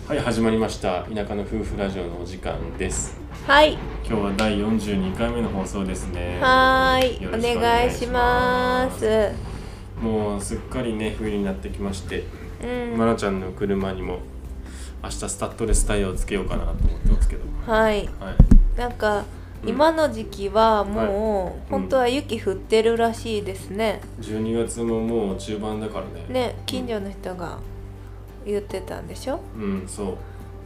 はい、始まりました田舎の夫婦ラジオのお時間です。 はい、 今日は第42回目の放送ですね。 はい、およろしく願いします。 もうすっかりね冬になってきまして、まなちゃんの車にも明日スタッドレスタイヤをつけようかなと思ってますけど、 はい、なんか今の時期はもう本当は雪降ってるらしいですね。 12月ももう中盤だからね。 ね、近所の人が言ってたんでしょ。 そう。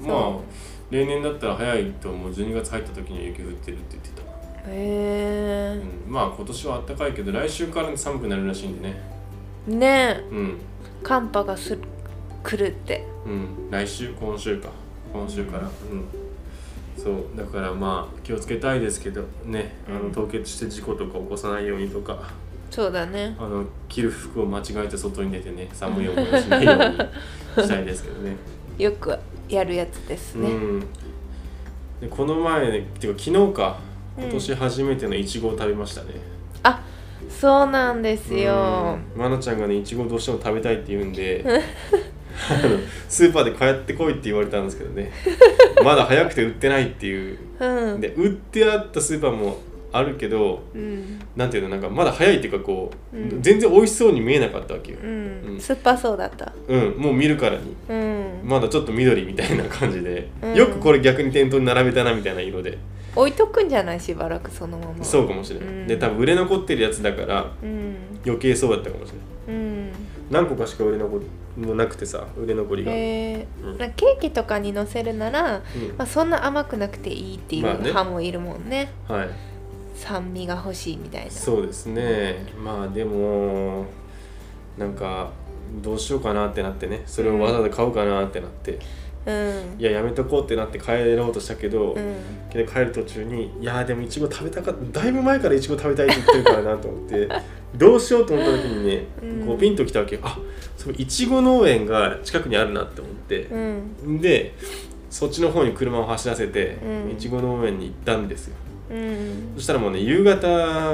まあ例年だったら早いともう12月入った時に雪降ってるって言ってた。まあ今年は暖かいけど来週から寒くなるらしいんでね。 ね、寒波が来るって。 今週からそうだからまあ気をつけたいですけどね、凍結して事故とか起こさないようにとか、 そうだね、 着る服を間違えて外に出てね寒い思いをしないようにしたいですけどねよくやるやつですね。 でこの前ね、てか昨日か、今年初めてのいちごを食べましたね。 あ、そうなんですよ。 まなちゃんがねいちごどうしても食べたいって言うんでスーパーで帰ってこいって言われたんですけどねまだ早くて売ってないっていう、で売ってあったスーパーもあるけど、なんていうの、なんかまだ早いっていうかこう、全然美味しそうに見えなかったわけよ。 酸っぱそうだった。 もう見るからに、まだちょっと緑みたいな感じで、よくこれ逆に店頭に並べたなみたいな色で置いとくんじゃない、しばらくそのまま。 そうかもしれない、で多分売れ残ってるやつだから、余計そうだったかもしれない、何個かしか売れ残もなくてさ、売れ残りが、 ケーキとかにのせるなら、そんな甘くなくていいっていう派もいるもんね。酸味が欲しいみたいな。 そうですね。まあでもなんかどうしようかなってなってね、それをわざわざ買うかなってなって、いややめとこうってなって帰ろうとしたけど、帰る途中にいやでもいちご食べたかった、だいぶ前からいちご食べたいって言ってるからなと思ってどうしようと思った時にね、こうピンときたわけよ。あ、そういちご農園が近くにあるなって思って、でそっちの方に車を走らせていちご農園に行ったんですよ。そしたらもうね夕方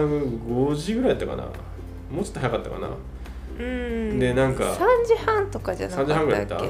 5時ぐらいだったかな、もうちょっと早かったかな。でなんか 3時半とかじゃなかったっけ。3時半ぐらいだった、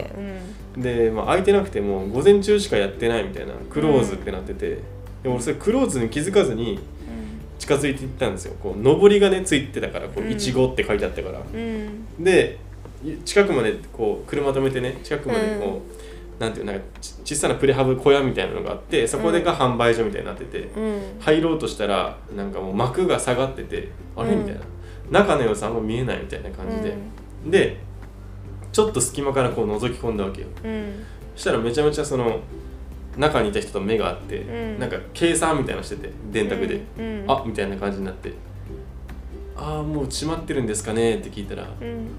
で、空いてなくてもう午前中しかやってないみたいな、クローズってなってて、で俺それクローズに気づかずに近づいていったんですよ。こう上りがねついてたから、こういちごって書いてあったから、で近くまでこう車止めてね、近くまでこう、なんていう、なんか小さなプレハブ小屋みたいなのがあって、そこでが販売所みたいになってて、入ろうとしたらなんかもう幕が下がってて、あれみたいな、中の様子あんま見えないみたいな感じで、でちょっと隙間からこう覗き込んだわけよ。そしたらめちゃめちゃその中にいた人と目があって、なんか計算みたいなのしてて、電卓で、あみたいな感じになって、ああもう閉まってるんですかねって聞いたら、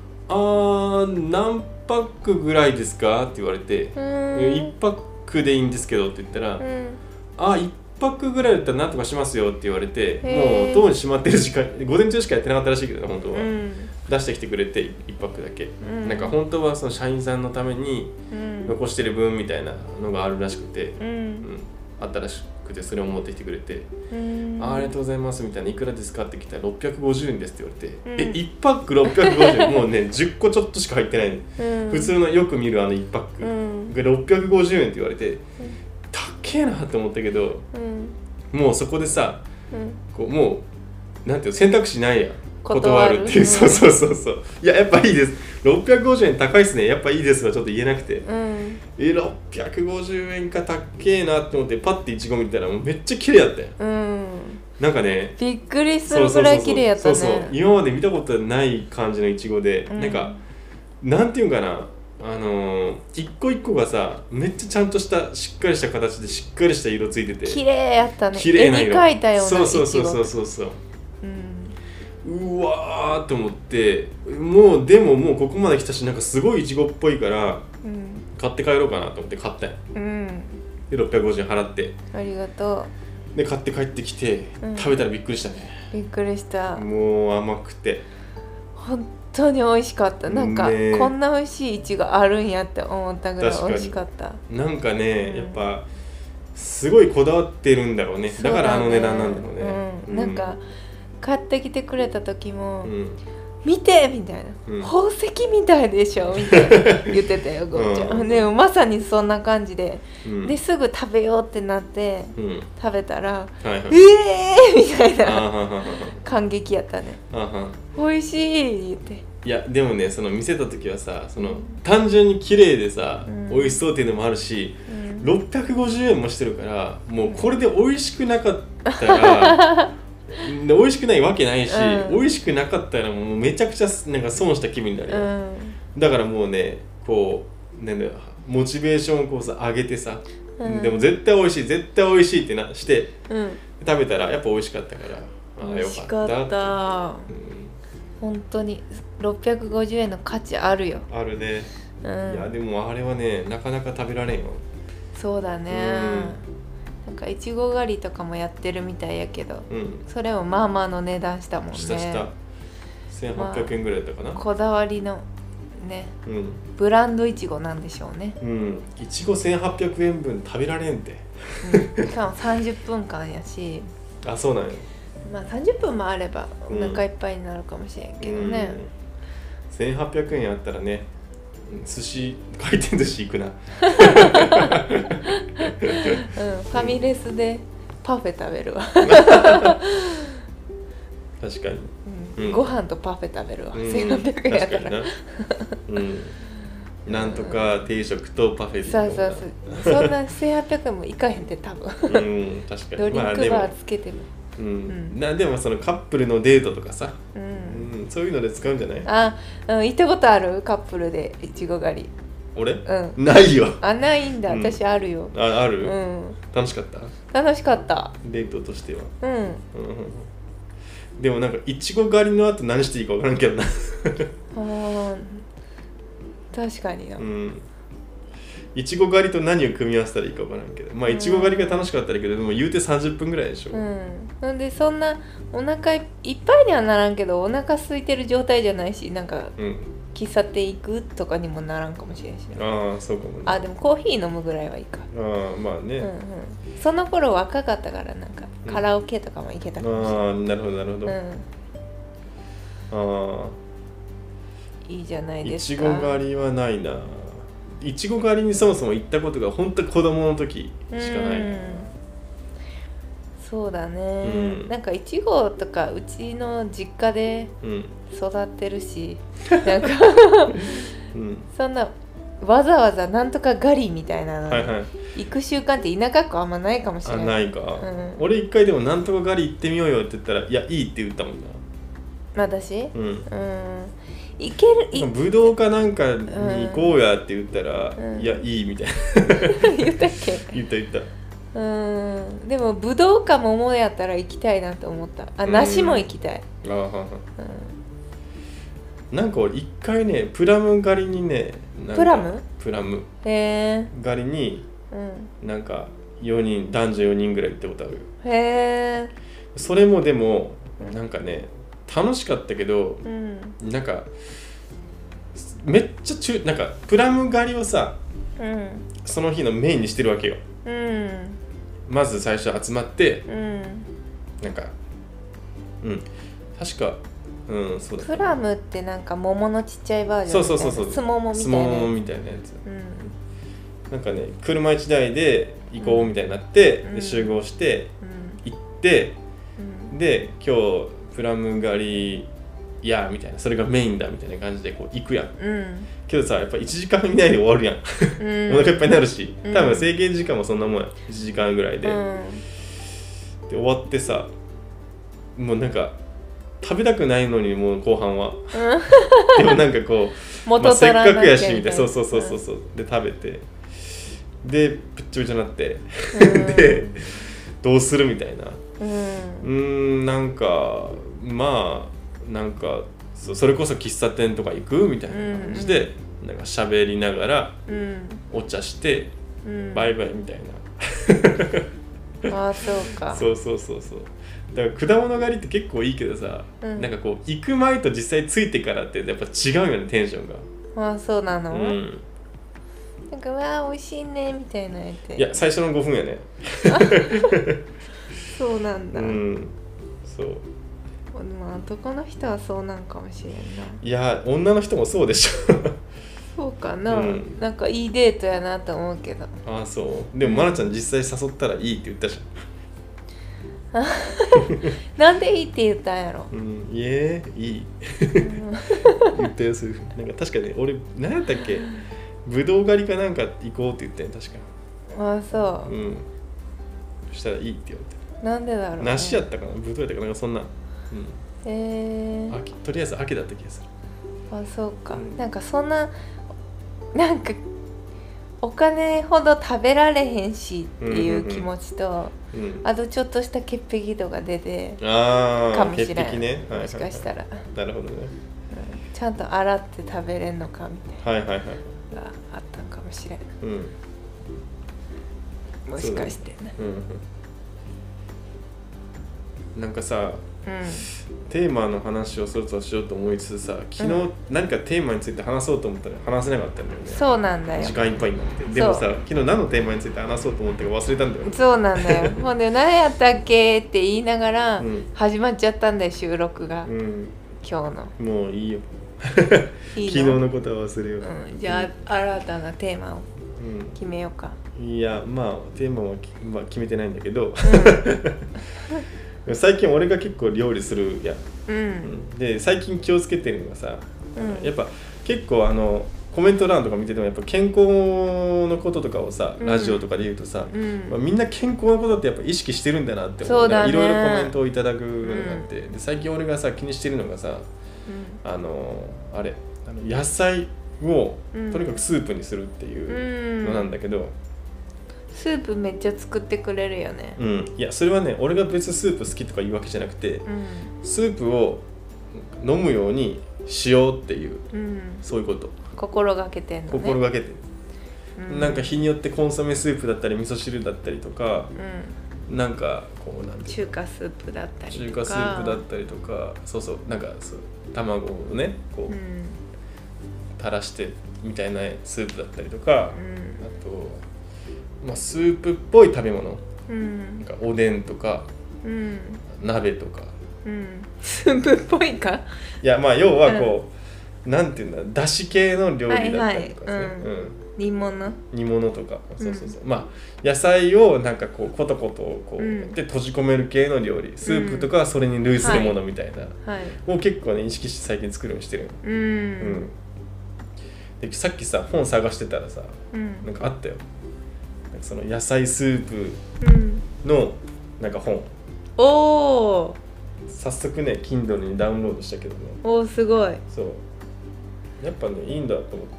何パックぐらいですかって言われて、1パックでいいんですけどって言ったら、1パックぐらいだったらなんとかしますよって言われて、もう当に閉まってる時間、午前中しかやってなかったらしいけどね、本当は、出してきてくれて1パックだけ、なんか本当はその社員さんのために残してる分みたいなのがあるらしくて、あったらしくて、それを持ってきてくれて、ありがとうございますみたいな、いくらですかって聞いたら650円ですって言われて、1パック650円もうね10個ちょっとしか入ってないの、普通のよく見る1パックが650円って言われて、たっけえなって思ったけど、もうそこでさ、こうもうなんていう選択肢ないやん、断るっていう、そういややっぱいいです、650円高いっすね、やっぱいいですはちょっと言えなくて、650円かたっけえなって思ってパッていちご見たらもうめっちゃ綺麗だったよ。なんかね、 びっくりするぐらい綺麗やったね。 そう今まで見たことない感じのいちごで、なんかなんていうんかな、一個一個がさ、めっちゃちゃんとしたしっかりした形でしっかりした色ついてて綺麗やったね。 綺麗な色、 絵に描いたようなそううわーって思って、もうでももうここまで来たし、なんかすごいいちごっぽいから、買って帰ろうかなと思って買ったよ。で650円払って、 ありがとうで買って帰ってきて、食べたらびっくりしたね。 びっくりした。 もう甘くて本当に美味しかった。なんか、こんな美味しいいちごあるんやって思ったぐらい美味しかった。 なんかね、やっぱすごいこだわってるんだろうね。だからあの値段なんだろうね。 なんか買ってきてくれた時も、 見てみたいな、宝石みたいでしょみたいな言ってたよゴーちゃん、でもまさにそんな感じで、ですぐ食べようってなって、食べたらみたいな感激やったね。美味しい言って。 いやでもね、その見せた時はさ、その単純に綺麗でさ、美味しそうっていうのもあるし、650円もしてるから、もうこれで美味しくなかったら美味しくないわけないし、美味しくなかったらもうめちゃくちゃなんか損した気分になるよ、だからもうね、こうなんだよ、モチベーションをこうさ上げてさ、でも絶対美味しい絶対美味しいってなして、食べたらやっぱ美味しかったから、 美味しかった、本当に650円の価値あるよ。 あるね、いやでもあれはね、なかなか食べられんよ。 そうだね、なんかいちご狩りとかもやってるみたいやけど、それもまあまあの値段したもんね。 した1800円ぐらいだったかな、 こだわりのね、ブランドいちごなんでしょうね。 いちご1800円分食べられんて、 しかも30分間やしあ、そうなんや。 まあ30分もあればお腹いっぱいになるかもしれんけどね、 1800円あったらね、寿司、回転寿司行くなファミレスでパフェ食べるわ確かに、 ご飯とパフェ食べるわ、1800円やったらなんとか定食とパフェで、 そうそんな1800円もいかへんって多分確かにドリンクバーつけても、 でもそのカップルのデートとかさ、そういうので使うんじゃない？ 行ったことある？カップルでいちご狩り。 俺？ないよ。 ないんだ。私あるよ。 ある？楽しかった？ 楽しかった。 デートとしては。でもなんかいちご狩りの後何していいか分からんけどな確かにな。 いちご狩りと何を組み合わせたらいいか分からんけど、まあいちご狩りが楽しかったらいいけど、でも言うて30分ぐらいでしょ。 なんでそんなお腹いっぱいにはならんけど、お腹空いてる状態じゃないし、なんか喫茶店行くとかにもならんかもしれんし、 そうかもね。 でもコーヒー飲むぐらいはいいか。 まあね、 その頃若かったからなんかカラオケとかも行けたかもしれない。 なるほどなるほど。 いいじゃないですか。 いちご狩りはないな。いちご狩りにそもそも行ったことが本当に子供の時しかない。 そうだね、なんかいちごとかうちの実家で育ってるし、なんかそんなわざわざなんとか狩りみたいなの行く習慣って田舎っ子あんまないかもしれない。 ないか、俺一回でもなんとか狩り行ってみようよって言ったら、いやいいって言ったもんな。 私？行ける。 ぶどうかなんかに行こうやって言ったら、いやいいみたいな言ったっけ？ 言ったでもぶどうか桃やったら行きたいなと思った。梨も行きたい。 なんか俺一回ね、プラム狩りにね、 プラム狩りになんか4人、男女4人ぐらい行ったことある。それもでもなんかね、楽しかったけど、なんかめっちゃなんかプラム狩りをさ、その日のメインにしてるわけよ。まず最初集まって、なんか確かそうだ。 プラムってなんか桃のちっちゃいバージョンみたいな。そうスモモみたいなやつ。なんかね、車1台で行こうみたいになって、で集合して行って、で今日プラム狩りみたいな、それがメインだみたいな感じでこう行くやん、けどさ、やっぱ1時間以内で終わるやんお腹いっぱいになるし、多分制限時間もそんなもんや、1時間ぐらいで、で終わってさ、もうなんか食べたくないのにもう後半はでもなんかこう、せっかくやしみたいな、そうで食べて、でぷっちゃぷちゃになってでどうするみたいな、なんかなんかそれこそ喫茶店とか行くみたいな感じで、なんか喋りながらお茶して、バイバイみたいな。そうか。 そうだから果物狩りって結構いいけどさ、なんかこう行く前と実際着いてからってやっぱ違うよね、テンションが。 そうなの？なんか美味しいねみたいなやつ。 いや、最初の5分やねそうなんだ。 そう。 まあ男の人はそうなんかもしれんな。 いや女の人もそうでしょそうかな、なんかいいデートやなと思うけど。 ああそうでも愛菜ちゃん実際誘ったらいいって言ったじゃんなんでいいって言ったんやろ。 いい言ったやつなんか確かに俺何やったっけぶどう狩りかなんか行こうって言ったん確か。 あそう。 そしたらいいって言われて。 なんでだろう、ね、 梨やったかなぶどうやったかなんかそんな。とりあえず秋だった気がする。 あそうか、なんかそんななんかお金ほど食べられへんしっていう気持ちと、あとちょっとした潔癖度が出てかもしれない、 ね、 もしかしたら。 なるほどね、 ちゃんと洗って食べれんのかみたいながあったんかもしれん、もしかしてね、 なんかさ、テーマの話をそろそろしようと思いつつさ、昨日何かテーマについて話そうと思ったら話せなかったんだよね。 そうなんだよ。 時間いっぱいになって。でもさ、昨日何のテーマについて話そうと思ったか忘れたんだよね。 そうなんだよ。ほんで何やったっけって言いながら始まっちゃったんだよ、収録が、今日の。 もういいよ昨日のことは忘れよう、 じゃあ新たなテーマを決めようか。 いやまあテーマは、決めてないんだけど、最近俺が結構料理するやん、で最近気をつけてるのがさ、やっぱ結構コメント欄とか見ててもやっぱ健康のこととかをさ、ラジオとかで言うとさ、みんな健康のことってやっぱ意識してるんだなって思う。いろいろコメントをいただくのがあって、で最近俺がさ気にしてるのがさ、あれ野菜をとにかくスープにするっていうのなんだけど、 スープめっちゃ作ってくれるよね。 いやそれはね、俺が別にスープ好きとか言うわけじゃなくて、スープを飲むようにしようっていう、そういうこと心がけてんのね。 心がけてる、なんか日によってコンソメスープだったり味噌汁だったりとか、なんかこうなんて中華スープだったりとか、 中華スープだったりとか、そうなんかそう卵をねこう、垂らしてみたいなスープだったりとか、あとスープっぽい食べ物、なんかおでんとか、鍋とか、 スープっぽいか、 いやまあ要はこう、なんていうんだ、だし系の料理だったりとかね、煮物とか、そうまあ野菜をなんかこうコトコトこうで閉じ込める系の料理、スープとかそれに類するものみたいな、を結構ね意識して最近作るようにしてる。でさっきさ本探してたらさ、なんかあったよ、その野菜スープのなんか本、 お早速ね Kindle にダウンロードしたけどね。 おすごい。 そうやっぱねいいんだと思って。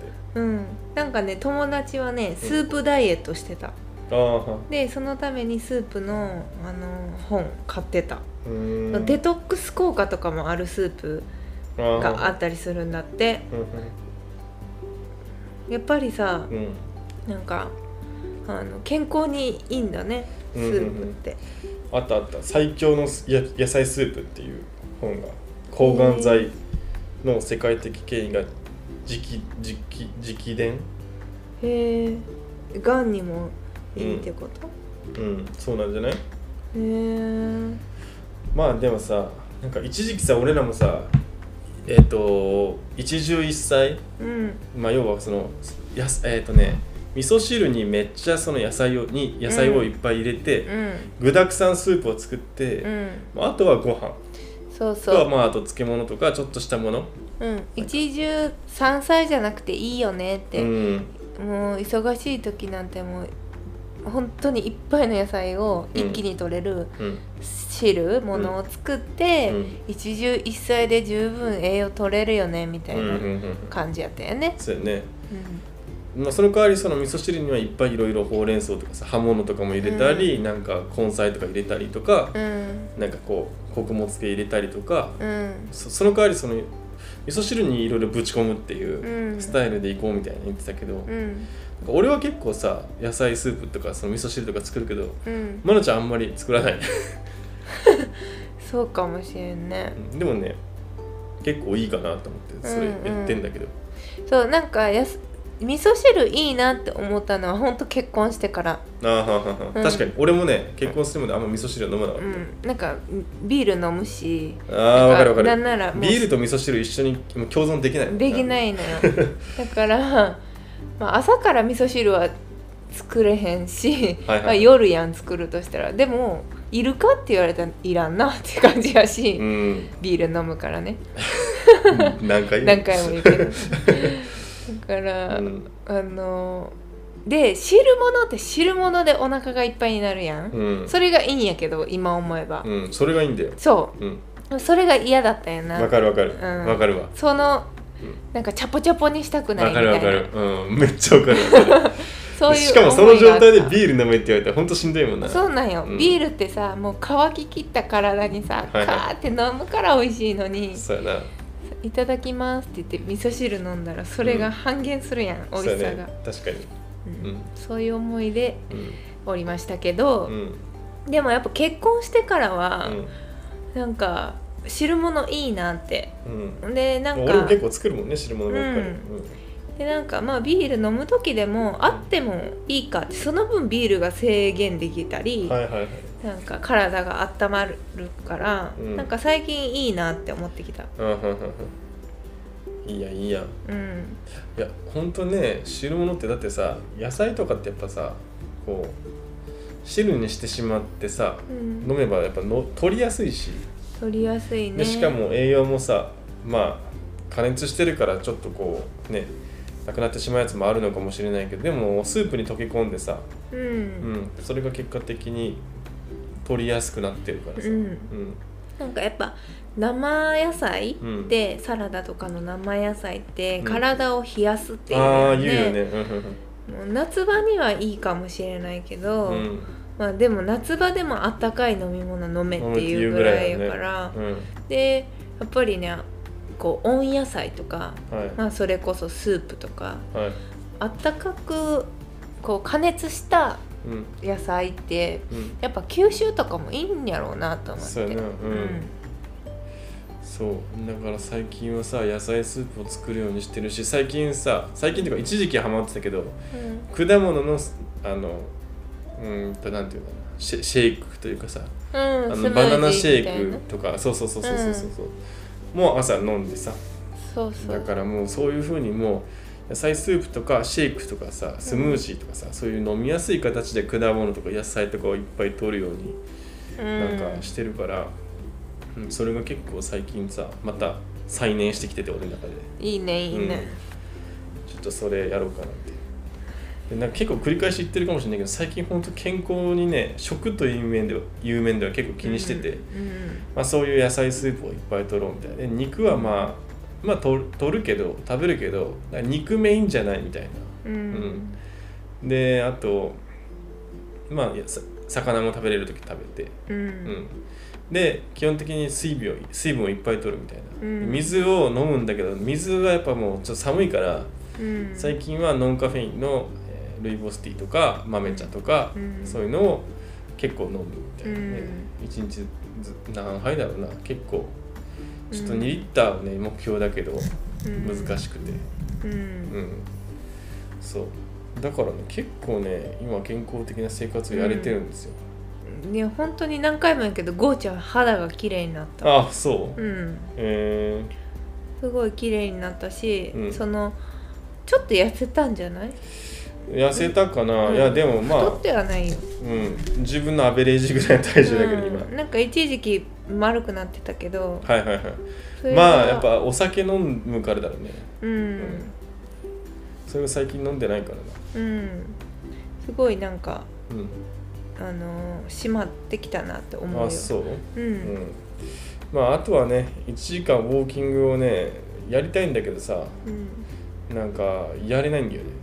なんかね友達はねスープダイエットしてた、でそのためにスープの本買ってた。デトックス効果とかもあるスープがあったりするんだって。やっぱりさ、なんか健康にいいんだね、スープって。 あった最強の野菜スープっていう本が、抗がん剤の世界的権威が直伝。 へえ、がんにもいいってこと？ そうなんじゃない？へえ。まあでもさ、なんか一時期さ俺らもさ一汁一菜、まあ要はその味噌汁にめっちゃその野菜をいっぱい入れて、具沢山スープを作って、あとはご飯、まああと漬物とかちょっとしたもの、 一汁三菜じゃなくていいよねって、もう忙しい時なんてもう本当にいっぱいの野菜を一気に取れる汁物を作って、一汁一菜で十分栄養取れるよねみたいな感じやったよね。 そうよね。まあその代わりその味噌汁にはいっぱいいろいろほうれん草とかさ、葉物とかも入れたり、なんか根菜とか入れたりとか、なんかこう穀物系入れたりとか、その代わりその味噌汁にいろいろぶち込むっていうスタイルでいこうみたいな言ってたけど、俺は結構さ野菜スープとかその味噌汁とか作るけど、まなちゃんあんまり作らないそうかもしれんね。 でもね結構いいかなと思ってそれやってんだけど、 そうなんか味噌汁いいなって思ったのは本当結婚してから。 あははは、うん、確かに俺もね結婚するまであんま味噌汁飲まなかった、 うん、なんかビール飲むし、 ああ分かる分かる、 なんならビールと味噌汁一緒に共存できない、 できないのよだから、まあ、朝から味噌汁は作れへんし、はいはい、まあ、夜やん作るとしたら、でもいるかって言われたらいらんなって感じやし、うん、ビール飲むからね何回も言うけどだから、うん、で汁物って汁物でお腹がいっぱいになるやん、うん、それがいいんやけど今思えば、 うん、それがいいんだよ。 そう、うん、それが嫌だったよな。 わかるわかるわかるわ。 そのなんかチャポチャポにしたくないみたいな。 わかるわかる、うん、めっちゃわかるそういうしかもその状態でビール飲めって言われたらほんとしんどいもんな。 そうなんよ、うん、ビールってさもう乾ききった体にさ、はいはい、カーって飲むから美味しいのに、 そうやな、 いただきますって言って味噌汁飲んだらそれが半減するやん、美味しさが、 ね、確かに、 うん、そういう思いでおりましたけど、でもやっぱ結婚してからは、なんか汁物いいなって、でなんか俺も結構作るもんね汁物ばっかり、 でなんかまあビール飲む時でもあってもいいかって、その分ビールが制限できたり、はいはいはい、なんか体が温まるから、なんか最近いいなって思ってきた。 いいやいいや、いやほんとね汁物ってだってさ野菜とかってやっぱさこう汁にしてしまってさ、飲めばやっぱ取りやすいし、 取りやすいね。 でしかも栄養もさまあ加熱してるからちょっとこうねなくなってしまうやつもあるのかもしれないけど、でもスープに溶け込んでさ、それが結果的に取りやすくなってるからさ、 なんかやっぱ生野菜って、サラダとかの生野菜って体を冷やすっていうよね、言うよねもう夏場にはいいかもしれないけど、まあ、でも夏場でもあったかい飲み物飲めっていうぐらいやから、でやっぱりねこう温野菜とか、まあ、それこそスープとか、あったかくこう加熱した野菜って、やっぱ吸収とかもいいんやろうなと思って。 そうやな、そうだから最近はさ野菜スープを作るようにしてるし、最近っていうか一時期ハマってたけど、果物のなんていうかなシェイクというかさ、バナナシェイクとか、そうもう朝飲んでさ、だからもうそういう風にもう野菜スープとかシェイクとかさスムージーとかさ、そういう飲みやすい形で果物とか野菜とかをいっぱい取るようになんかしてるから、それが結構最近さまた再燃してきてて俺の中でいいねいいね、 ちょっとそれやろうかなって。でなんか結構繰り返し言ってるかもしれないけど、最近本当健康にね食という面では結構気にしてて、まあ、そういう野菜スープをいっぱい取ろうみたいな。で肉はまあ取るけど食べるけど肉メインじゃないみたいな、であとまあ魚も食べれる時食べて、で基本的に水分をいっぱい取るみたいな、水を飲むんだけど水はやっぱもうちょっと寒いから、最近はノンカフェインのルイボスティーとか豆茶とか、そういうのを結構飲むみたいなね、1日何杯だろうな、結構ちょっと2リッターをね目標だけど難しくて、そうだからね結構ね今健康的な生活をやれてるんですよ。 いや本当に何回も言うけどゴーちゃん肌が綺麗になった。 あ、そう、 すごい綺麗になったし、そのちょっと痩せたんじゃない？ 痩せたかな、いやでもまあ太ってはないよ、 自分のアベレージぐらいの体重だけど今、 なんか一時期丸くなってたけど、 まあやっぱお酒飲むからだろうね、それが最近飲んでないからな、 すごいなんか、締まってきたなって思うよ。 あ、そう、まああとはね1時間ウォーキングをねやりたいんだけどさ、なんかやれないんだよね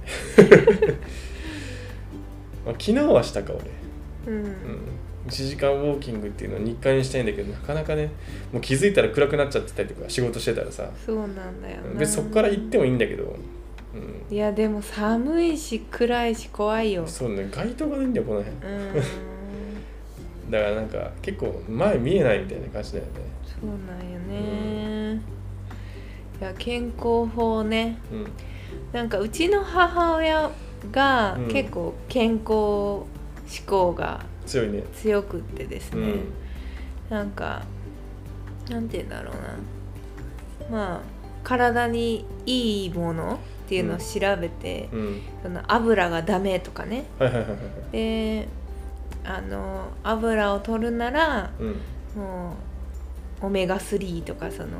まあ、昨日はしたか俺、1時間ウォーキングっていうのを日課にしたいんだけど、なかなかねもう気づいたら暗くなっちゃってたりとか仕事してたらさ、 そうなんだよな。 でそこから行ってもいいんだけど、 いやでも寒いし暗いし怖いよ。そうね、街灯がないんだよこの辺、だからなんか結構前見えないみたいな感じだよね。 そうなんよね、いや健康法ね、 なんかうちの母親が結構健康志向が強くってですね、なんかなんて言うんだろうな、まあ体にいいものっていうのを調べて、その油がダメとかね、で油を取るなら、もうオメガ3とかその、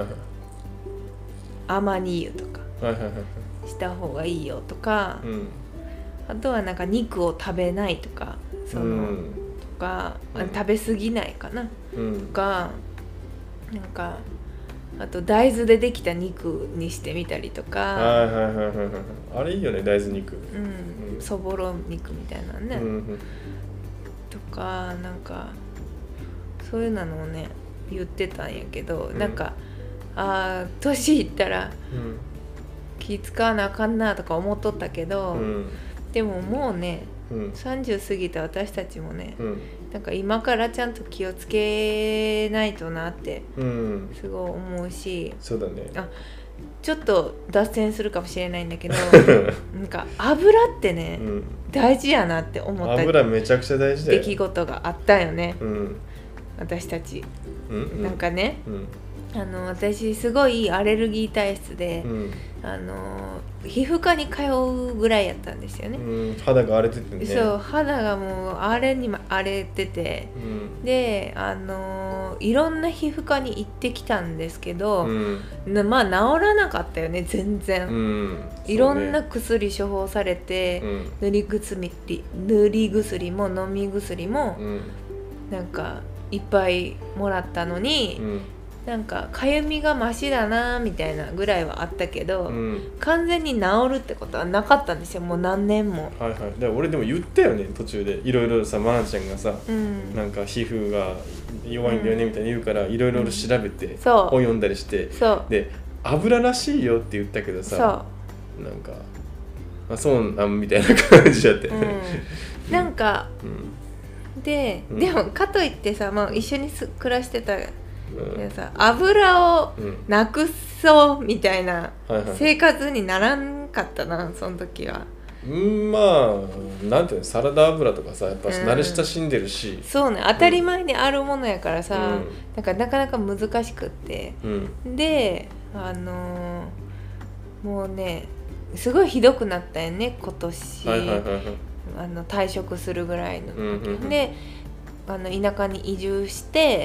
アマニ油とかした方がいいよとか、あとはなんか肉を食べないとかその、とか食べ過ぎないかな、とかなんかあと大豆でできた肉にしてみたりとか、 あれいいよね大豆肉、 そぼろ肉みたいなね、とかなんかそういうのをね言ってたんやけど、なんか年いったら気使わなあかんなとか思っとったけど、でももうね、30過ぎた私たちもね、なんか今からちゃんと気をつけないとなってすごい思うし、 そうだね。 ちょっと脱線するかもしれないんだけどなんか油ってね、大事やなって思った油めちゃくちゃ大事だよ。 出来事があったよね、私たち、なんかね、私すごいアレルギー体質で、皮膚科に通うぐらいやったんですよね、 肌が荒れててね。そう、 肌がもう荒れてて、でいろんな皮膚科に行ってきたんですけど、まあ治らなかったよね全然、いろんな薬処方されて、塗り薬も飲み薬も、なんかいっぱいもらったのに、なんかかゆみがマシだなみたいなぐらいはあったけど、完全に治るってことはなかったんですよ、もう何年も。 で俺でも言ったよね途中で、いろいろさまなちゃんがさ、なんか皮膚が弱いんだよねみたいに言うから、いろいろ調べて、本読んだりして、で油らしいよって言ったけどさ、なんかそうなんみたいな感じだって、 なんか、でもかといってさ、一緒に暮らしてた油をなくそうみたいな生活にならんかったな、その時は。 まあなんていうの、サラダ油とかさ、やっぱ慣れ親しんでるし、 そうね、当たり前にあるものやからさ、なんかなかなか難しくって、でもうねすごいひどくなったよね今年、退職するぐらいの時で、田舎に移住して、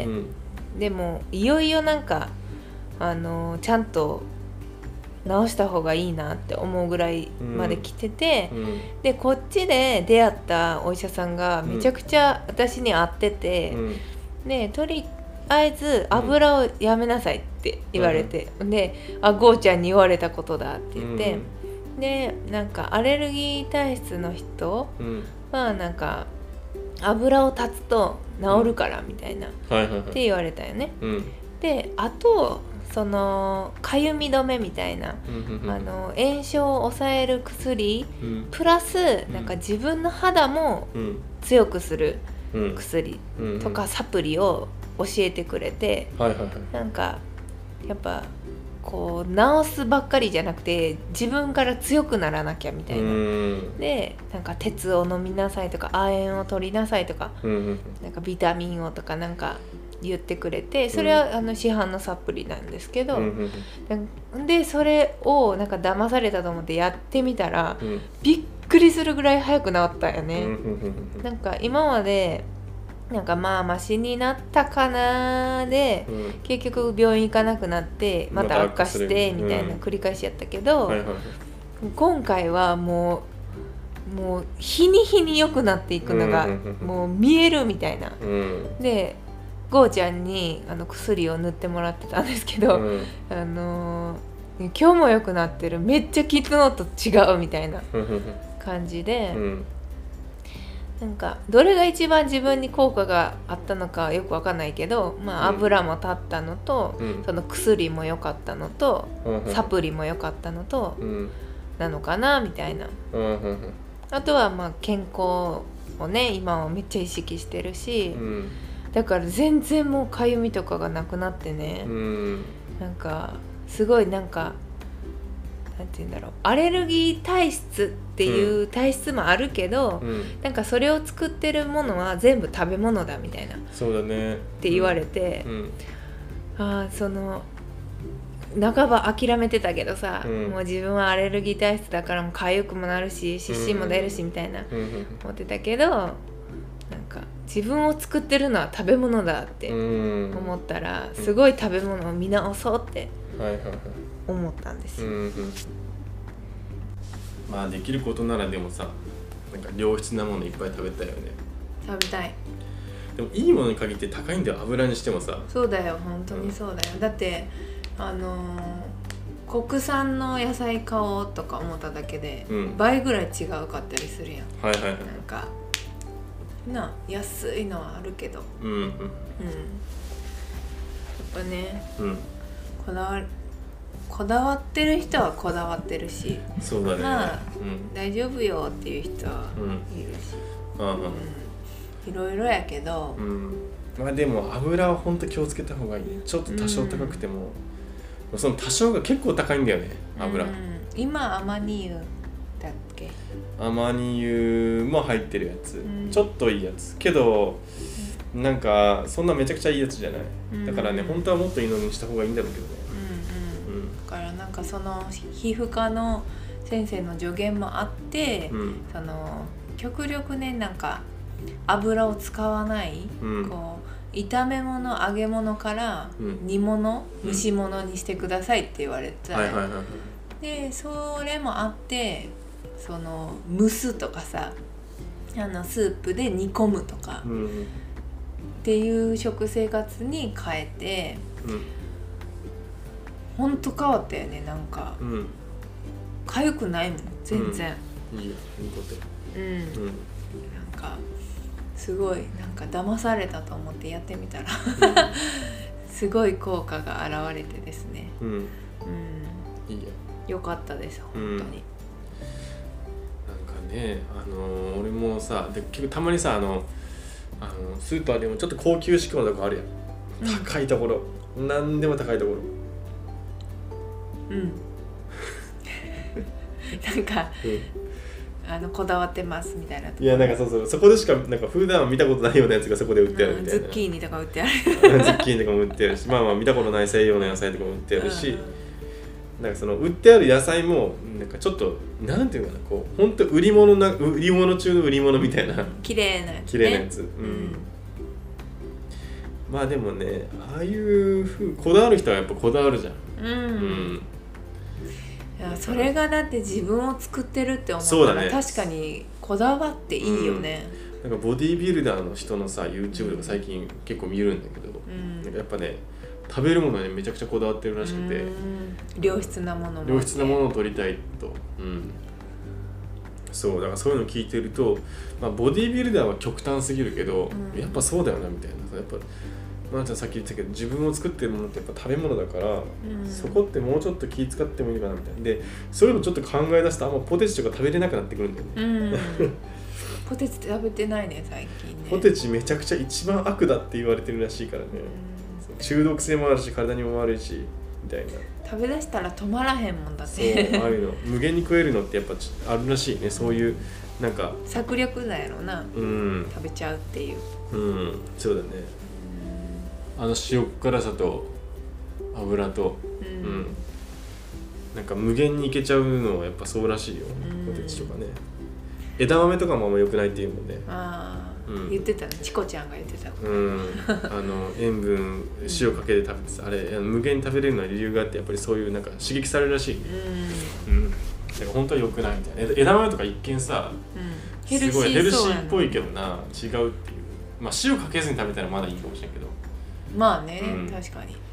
でもいよいよなんかちゃんと直した方がいいなって思うぐらいまで来てて、でこっちで出会ったお医者さんがめちゃくちゃ私に合ってて、でとりあえず油をやめなさいって言われて、でゴーちゃんに言われたことだって言って、でなんかアレルギー体質の人はなんか油を断つと治るからみたいなって言われたよね。であとそのかゆみ止めみたいな、炎症を抑える薬、プラスなんか自分の肌も強くする薬とかサプリを教えてくれて、なんかやっぱこう治すばっかりじゃなくて自分から強くならなきゃみたいな、でなんか鉄を飲みなさいとか亜鉛を取りなさいとか、なんかビタミンをとかなんか言ってくれて、それは市販のサプリなんですけど、でそれをなんか騙されたと思ってやってみたら、びっくりするぐらい早く治ったよね。なんか今までなんかマシになったかなで、結局病院行かなくなってまた悪化してみたいな繰り返しやったけど、今回はもう日に日に良くなっていくのがもう見えるみたいな、でゴーちゃんに薬を塗ってもらってたんですけど、今日も良くなってる、めっちゃ昨日と違うみたいな感じで、なんかどれが一番自分に効果があったのかよく分かんないけど、油も立ったのと、その薬も良かったのと、サプリも良かったのと、なのかなみたいな、あとは健康をね今はめっちゃ意識してるし、だから全然もうかゆみとかがなくなってね、なんかすごいなんかなんて言うんだろう、アレルギー体質っていう体質もあるけど、なんかそれを作ってるものは全部食べ物だみたいな、 そうだねって言われて、その半ば諦めてたけどさ、もう自分はアレルギー体質だからもう痒くもなるし湿疹も出るしみたいな思ってたけど、なんか自分を作ってるのは食べ物だって思ったら、すごい食べ物を見直そうって思ったんですよ。 まあできることならでもさ、なんか良質なものいっぱい食べたいよね。 食べたい。 でもいいものに限って高いんだよ、油にしてもさ。 そうだよ、本当にそうだよ。だって国産の野菜買おうとか思っただけで、倍ぐらい違うかったりするやん。なんか安いのはあるけど、やっぱね、こだわってる人はこだわってるし、 そうだね、 まあ、大丈夫よっていう人はいるし、いろいろやけど、 まあでも油は本当気をつけた方がいい。ちょっと多少高くても、その多少が結構高いんだよね、油。 今アマニ油だっけ？ アマニ油も入ってるやつ、ちょっといいやつけど、なんかそんなめちゃくちゃいいやつじゃない、だからね、本当はもっといいのにした方がいいんだろうけどね。 だからなんかその皮膚科の先生の助言もあって、その極力ね、なんか油を使わない、こう炒め物揚げ物から煮物、蒸し物にしてくださいって言われて、でそれもあって、その蒸すとかさ、スープで煮込むとか、っていう食生活に変えて、ほんと変わったよね。なんか痒くないもん全然。 いいこと。 なんかすごいなんか騙されたと思ってやってみたらすごい効果が現れてですね。 いいや。 よかったです本当に。 なんかね、俺もさ、で結構たまにさ、スーパーでもちょっと高級志向のとこあるやん、高いところ、なんでも高いところ、なんか、 こだわってますみたいな。 いや、なんかそこでしかなんか普段は見たことないようなやつがそこで売ってあるみたいな。 ズッキーニとか売ってあるズッキーニとかも売ってあるし、まあ見たことない西洋の野菜とかも売ってあるし、なんかその売ってある野菜もなんかちょっとなんていうかな、こう本当売り物中の売り物みたいな綺麗なやつ、 綺麗なやつ。まあでもね、ああいうこだわる人はやっぱこだわるじゃん。 いや、それがだって自分を作ってるって思ったら、確かにこだわっていいよね。 なんかボディービルダーの人のさ YouTube とか最近結構見るんだけど、なんかやっぱね、食べるものにめちゃくちゃこだわってるらしくて、 良質なものを取りたいと。そうだからそういうの聞いてると、まあ、ボディービルダーは極端すぎるけど、やっぱそうだよなみたいな。やっぱまーちゃんさっき言ってたけど、自分を作ってるものってやっぱ食べ物だから、そこってもうちょっと気使ってもいいかなみたいな。でそういうのちょっと考え出すと、あんまポテチとか食べれなくなってくるんだよね。 ポテチって食べてないね最近ね。 ポテチめちゃくちゃ一番悪だって言われてるらしいからね。中毒性もあるし体にも悪いしみたいな。 食べ出したら止まらへんもんだって。 そう、ああいうの無限に食えるのってやっぱあるらしいね。そういうなんか策略だやろな、食べちゃうっていう。 そうだね。塩辛さと油と、なんか無限にいけちゃうのはやっぱそうらしいよ、ポテチとかね。枝豆とかもあんま良くないっていうもんね。 言ってたね、チコちゃんが言ってた。 塩分塩かけて食べてさ、あれ無限に食べれるのは理由があって、やっぱりそういうなんか刺激されるらしい。だから本当は良くないみたいな。枝豆とか一見さ、すごいヘルシーっぽいけどな、違うっていう。まあ塩かけずに食べたらまだいいかもしれんけど。 まあね、確かに。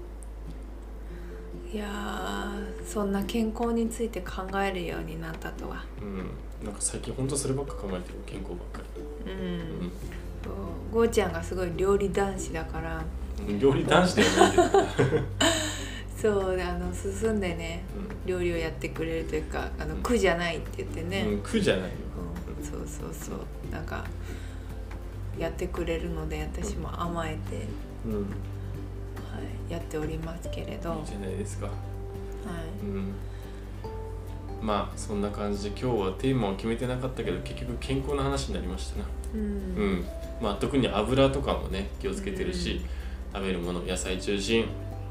いやそんな健康について考えるようになったとは。 なんか最近本当そればっか考えてる、健康ばっかり。 ゴーちゃんがすごい料理男子だから。 料理男子ではないけど。 そう進んでね、料理をやってくれるというか、苦じゃないって言ってね。 苦じゃないよ。 そうなんかやってくれるので、私も甘えて、やっておりますけれど。 いいじゃないですか。 まあそんな感じで今日はテーマを決めてなかったけど結局健康の話になりましたな。まあ特に油とかもね気をつけてるし、食べるもの野菜中心、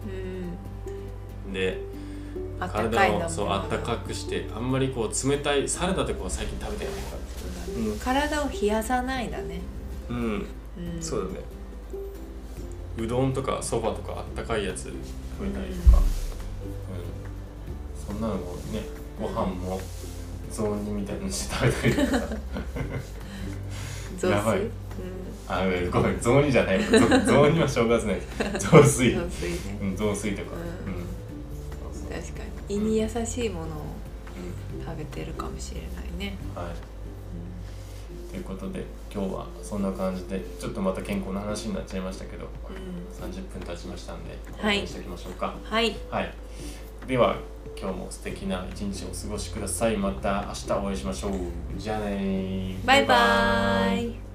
で体をそうあったかくして、あんまりこう冷たいサラダとかを最近食べてないから、 体を冷やさないだね。 そうだね。うどんとかそばとかあったかいやつ食べたりとか、そんなのもね、ご飯も雑煮みたいにして食べたりとかやばい。ごめん、雑煮じゃない。雑煮は正月ない。雑炊。雑炊とか。 確かに胃に優しいものを食べてるかもしれないね。 はい。ということで今日はそんな感じでちょっとまた健康の話になっちゃいましたけど、30分経ちましたんで終わりにしておきましょうか。はい。では今日も素敵な一日をお過ごしください。また明日お会いしましょう。じゃあね。 バイバイ。